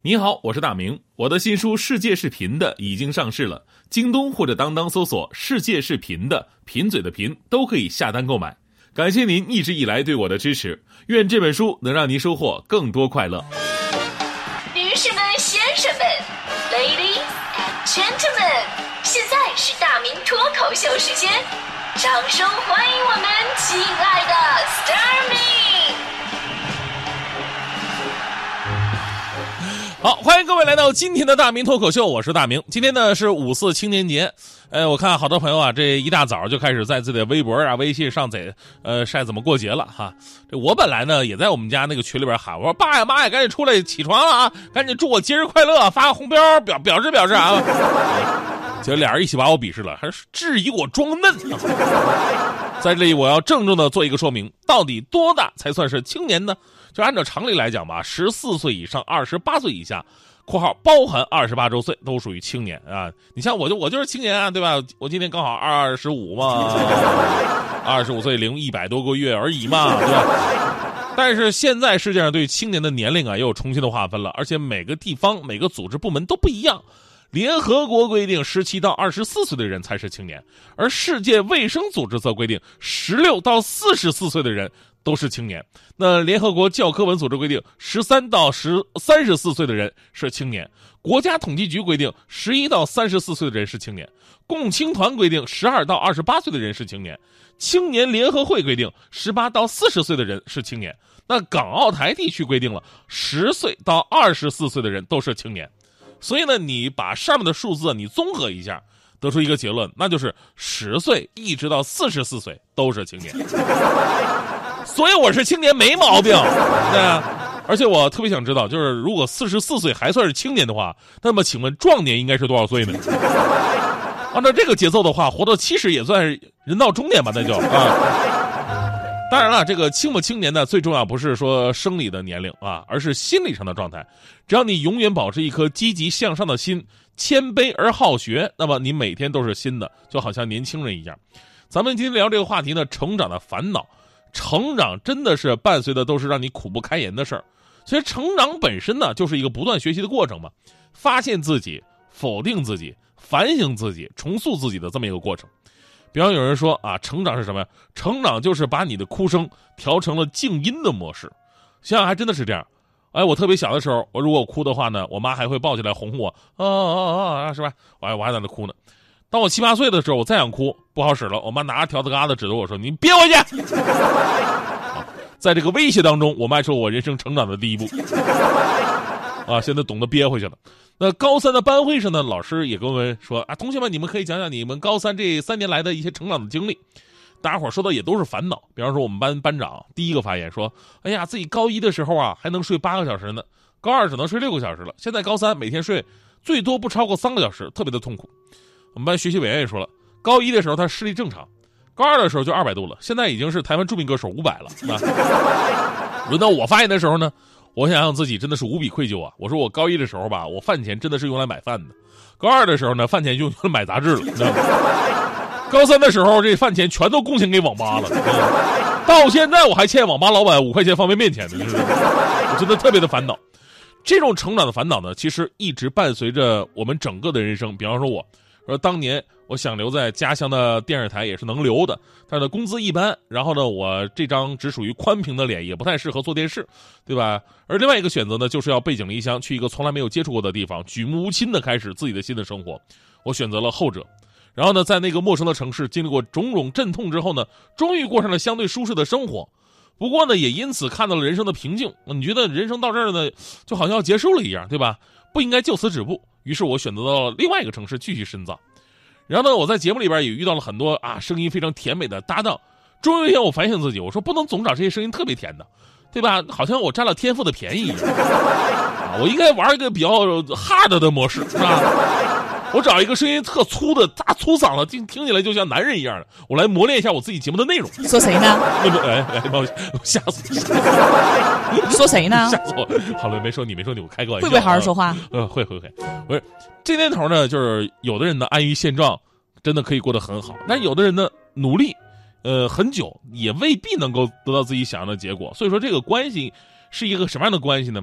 你好，我是大明。我的新书《世界是贫的》已经上市了，京东或者当当搜索"世界是贫的"，贫嘴的贫都可以下单购买。感谢您一直以来对我的支持，愿这本书能让您收获更多快乐。 女士们、先生们 ，Ladies and Gentlemen， 现在是大明脱口秀时间，掌声欢迎我们亲爱的 Starmin。 好，欢迎各位来到今天的大明脱口秀，我是大明。今天呢是5·4青年节，我看好多朋友啊，这一大早就开始在自己的微博啊、微信上晒怎么过节了哈。这我本来呢也在我们家那个群里边喊，我说爸呀妈呀，赶紧出来起床了啊，赶紧祝我节日快乐，发个红标表示啊。结果俩人一起把我鄙视了，还是质疑我装嫩。在这里我要郑重的做一个说明，到底多大才算是青年呢？就按照常理来讲吧，14岁以上28岁以下（括号包含28周岁）都属于青年啊。你像我就是青年啊，对吧？我今年刚好25嘛，25岁零100多个月而已嘛，对吧？但是现在世界上对青年的年龄啊又有重新的划分了，而且每个地方、每个组织部门都不一样。联合国规定17到24岁的人才是青年，而世界卫生组织则规定16到44岁的人都是青年。那联合国教科文组织规定13到34岁的人是青年，国家统计局规定11到34岁的人是青年，共青团规定12到28岁的人是青年，青年联合会规定18到40岁的人是青年。那港澳台地区规定了10岁到24岁的人都是青年。所以呢，你把上面的数字你综合一下，得出一个结论，那就是10岁一直到44岁都是青年。所以我是青年没毛病，对啊。而且我特别想知道，就是如果44岁还算是青年的话，那么请问壮年应该是多少岁呢？按照这个节奏的话，活到70也算是人到中年吧，那就啊。当然了，这个青不青年呢，最重要不是说生理的年龄啊，而是心理上的状态。只要你永远保持一颗积极向上的心，谦卑而好学，那么你每天都是新的，就好像年轻人一样。咱们今天聊这个话题呢，成长的烦恼。成长真的是伴随的都是让你苦不堪言的事儿。其实成长本身呢，就是一个不断学习的过程嘛，发现自己、否定自己、反省自己、重塑自己的这么一个过程。比方有人说啊，成长是什么呀？成长就是把你的哭声调成了静音的模式。想想还真的是这样。哎，我特别小的时候，如果我哭的话呢，我妈还会抱起来哄我，是吧？我还在那哭呢。当我7、8岁的时候，我再想哭，不好使了，我妈拿着条子疙瘩指着我说：“你憋回去。”在这个威胁当中，我迈出了我人生成长的第一步。现在懂得憋回去了。那高3的班会上呢，老师也跟我们说啊，同学们，你们可以讲讲你们高3这3年来的一些成长的经历。大家伙说的也都是烦恼。比方说我们班长第一个发言说：“哎呀，自己高1的时候啊还能睡8个小时呢，高2只能睡6个小时了，现在高3每天睡最多不超过3个小时，特别的痛苦。”我们班学习委员也说了，高1的时候他视力正常，高2的时候就200度了，现在已经是台湾著名歌手伍佰了。轮到我发言的时候呢，我想想自己真的是无比愧疚啊！我说我高1的时候吧，我饭钱真的是用来买饭的；高2的时候呢，饭钱就用来买杂志了；高3的时候，这饭钱全都贡献给网吧了。到现在我还欠网吧老板5块钱方便面钱呢，我真的特别的烦恼。这种成长的烦恼呢，其实一直伴随着我们整个的人生。比方说说当年我想留在家乡的电视台也是能留的，但是呢工资一般，然后呢我这张只属于宽屏的脸，也不太适合做电视，对吧？而另外一个选择呢，就是要背井离乡，去一个从来没有接触过的地方，举目无亲的开始自己的新的生活。我选择了后者。然后呢，在那个陌生的城市经历过种种阵痛之后呢，终于过上了相对舒适的生活。不过呢，也因此看到了人生的平静。你觉得人生到这儿呢，就好像要结束了一样，对吧？不应该就此止步。于是我选择到了另外一个城市继续深造。然后呢，我在节目里边也遇到了很多声音非常甜美的搭档。终于有一天我反省自己，我说不能总找这些声音特别甜的，对吧？好像我占了天赋的便宜一样。我应该玩一个比较 hard 的模式，是吧？我找一个声音特粗的大粗嗓子，听起来就像男人一样的，我来磨练一下我自己节目的内容。 说谁呢？ 吓死我！说谁呢？ 吓死我！好了，没说你，我开个玩笑。 会不会好好说话？ 会。不是这年头呢，就是有的人呢安于现状，真的可以过得很好，但有的人呢努力，很久也未必能够得到自己想要的结果。所以说这个关系是一个什么样的关系呢？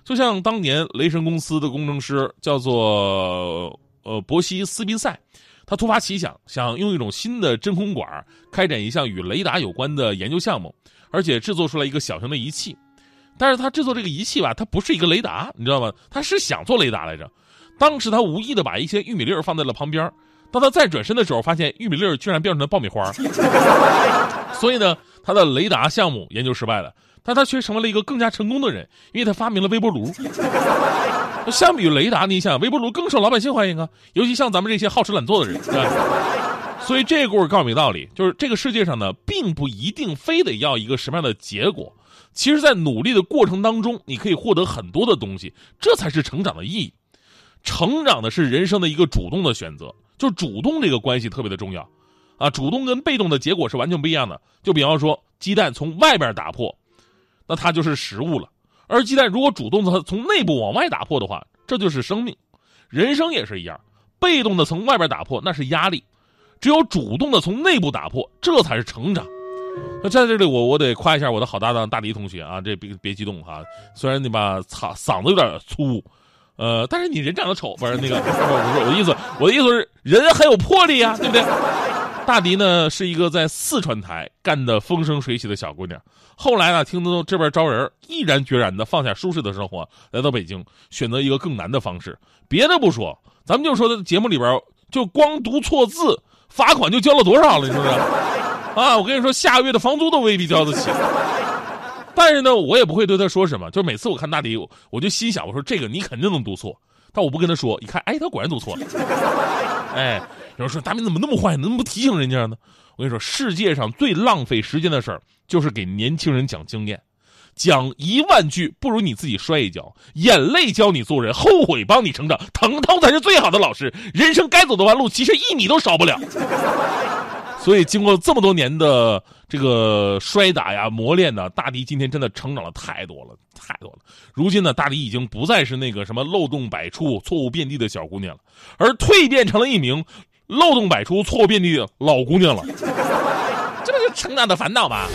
就像当年雷神公司的工程师叫做伯西斯宾塞，他突发奇想，想用一种新的真空管开展一项与雷达有关的研究项目，而且制作出来一个小型的仪器。但是他制作这个仪器吧，它不是一个雷达，你知道吗？他是想做雷达来着。当时他无意的把一些玉米粒放在了旁边，当他再转身的时候，发现玉米粒居然变成了爆米花。所以呢，他的雷达项目研究失败了，但他却成为了一个更加成功的人，因为他发明了微波炉。相比于雷达，你想微波炉更受老百姓欢迎啊，尤其像咱们这些好吃懒做的人，对吧？所以这个故事告诉我们一个道理，就是这个世界上呢，并不一定非得要一个什么样的结果。其实在努力的过程当中，你可以获得很多的东西，这才是成长的意义。成长的是人生的一个主动的选择，就主动这个关系特别的重要啊，主动跟被动的结果是完全不一样的。就比方说鸡蛋从外边打破，那它就是食物了，而鸡蛋如果主动的从内部往外打破的话，这就是生命。人生也是一样，被动的从外边打破那是压力，只有主动的从内部打破，这才是成长。那在这里我得夸一下我的好搭档大迪同学啊，这别激动哈，虽然你把嗓子有点粗，但是你人长得丑，不是那个，我的意思是人很有魄力啊，对不对？大迪呢是一个在四川台干得风生水起的小姑娘，后来呢听到这边招人，毅然决然的放下舒适的生活，来到北京，选择一个更难的方式。别的不说，咱们就说在节目里边，就光读错字，罚款就交了多少了，你说是？啊，我跟你说，下个月的房租都未必交得起。但是呢，我也不会对他说什么，就每次我看大迪，我就心想，我说这个你肯定能读错，但我不跟他说，一看，哎，他果然读错了。哎，有人说大明怎么那么坏，能不提醒人家呢？我跟你说，世界上最浪费时间的事儿，就是给年轻人讲经验。讲10000句不如你自己摔一跤，眼泪教你做人，后悔帮你成长，疼痛才是最好的老师。人生该走的弯路，其实1米都少不了。所以经过这么多年的这个摔打呀磨练呢，大迪今天真的成长了太多了。如今呢，大迪已经不再是那个什么漏洞百出错误遍地的小姑娘了，而蜕变成了一名漏洞百出错误遍地的老姑娘了。这不是成长的烦恼吗？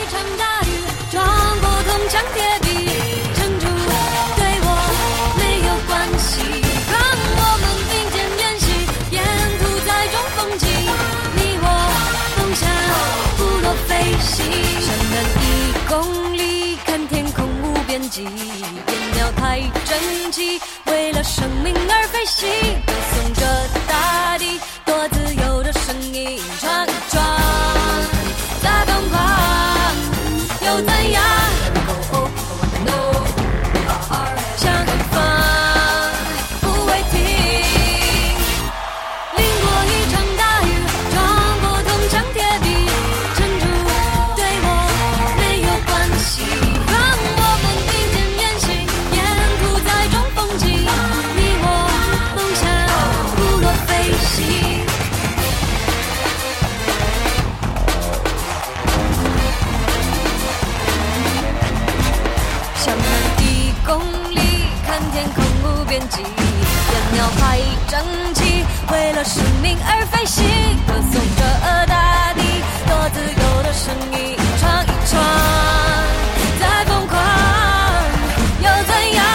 像铁壁撑住，对我没有关系，让我们并肩演习，沿途载中风景，你我梦想不落飞行。向南1公里，看天空无边际，边鸟太整齐，为了生命而飞行，歌颂着大地多自由的声音，闯一闯，再疯狂又怎样？边鸟排整齐，为了生命而飞行，歌颂着大地多自由的声音，闯一闯，再疯狂又怎样？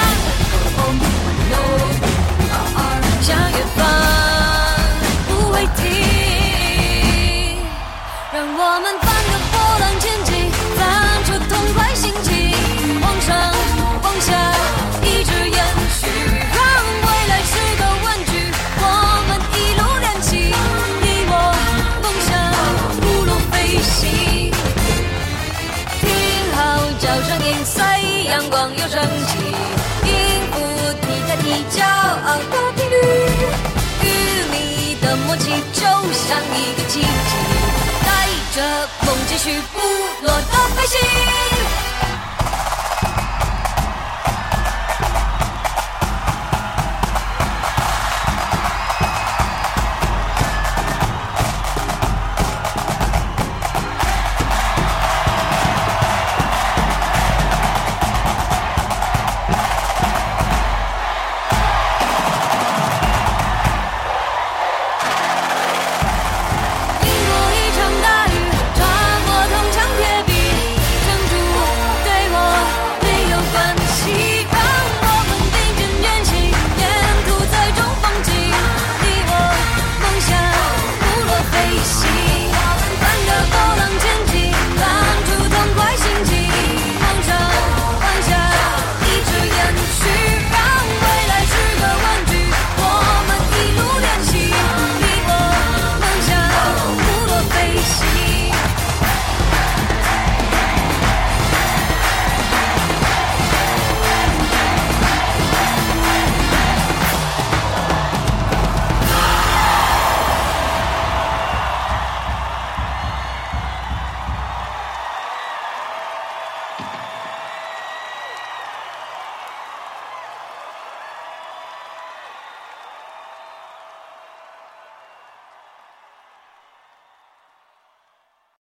向远方不会停，让我们翻个波浪前进，翻出痛快心情，往上往下一直延续。阳光又升起，音符踢开踢骄傲的频率，与你的默契就像一个奇迹，带着梦继续不落的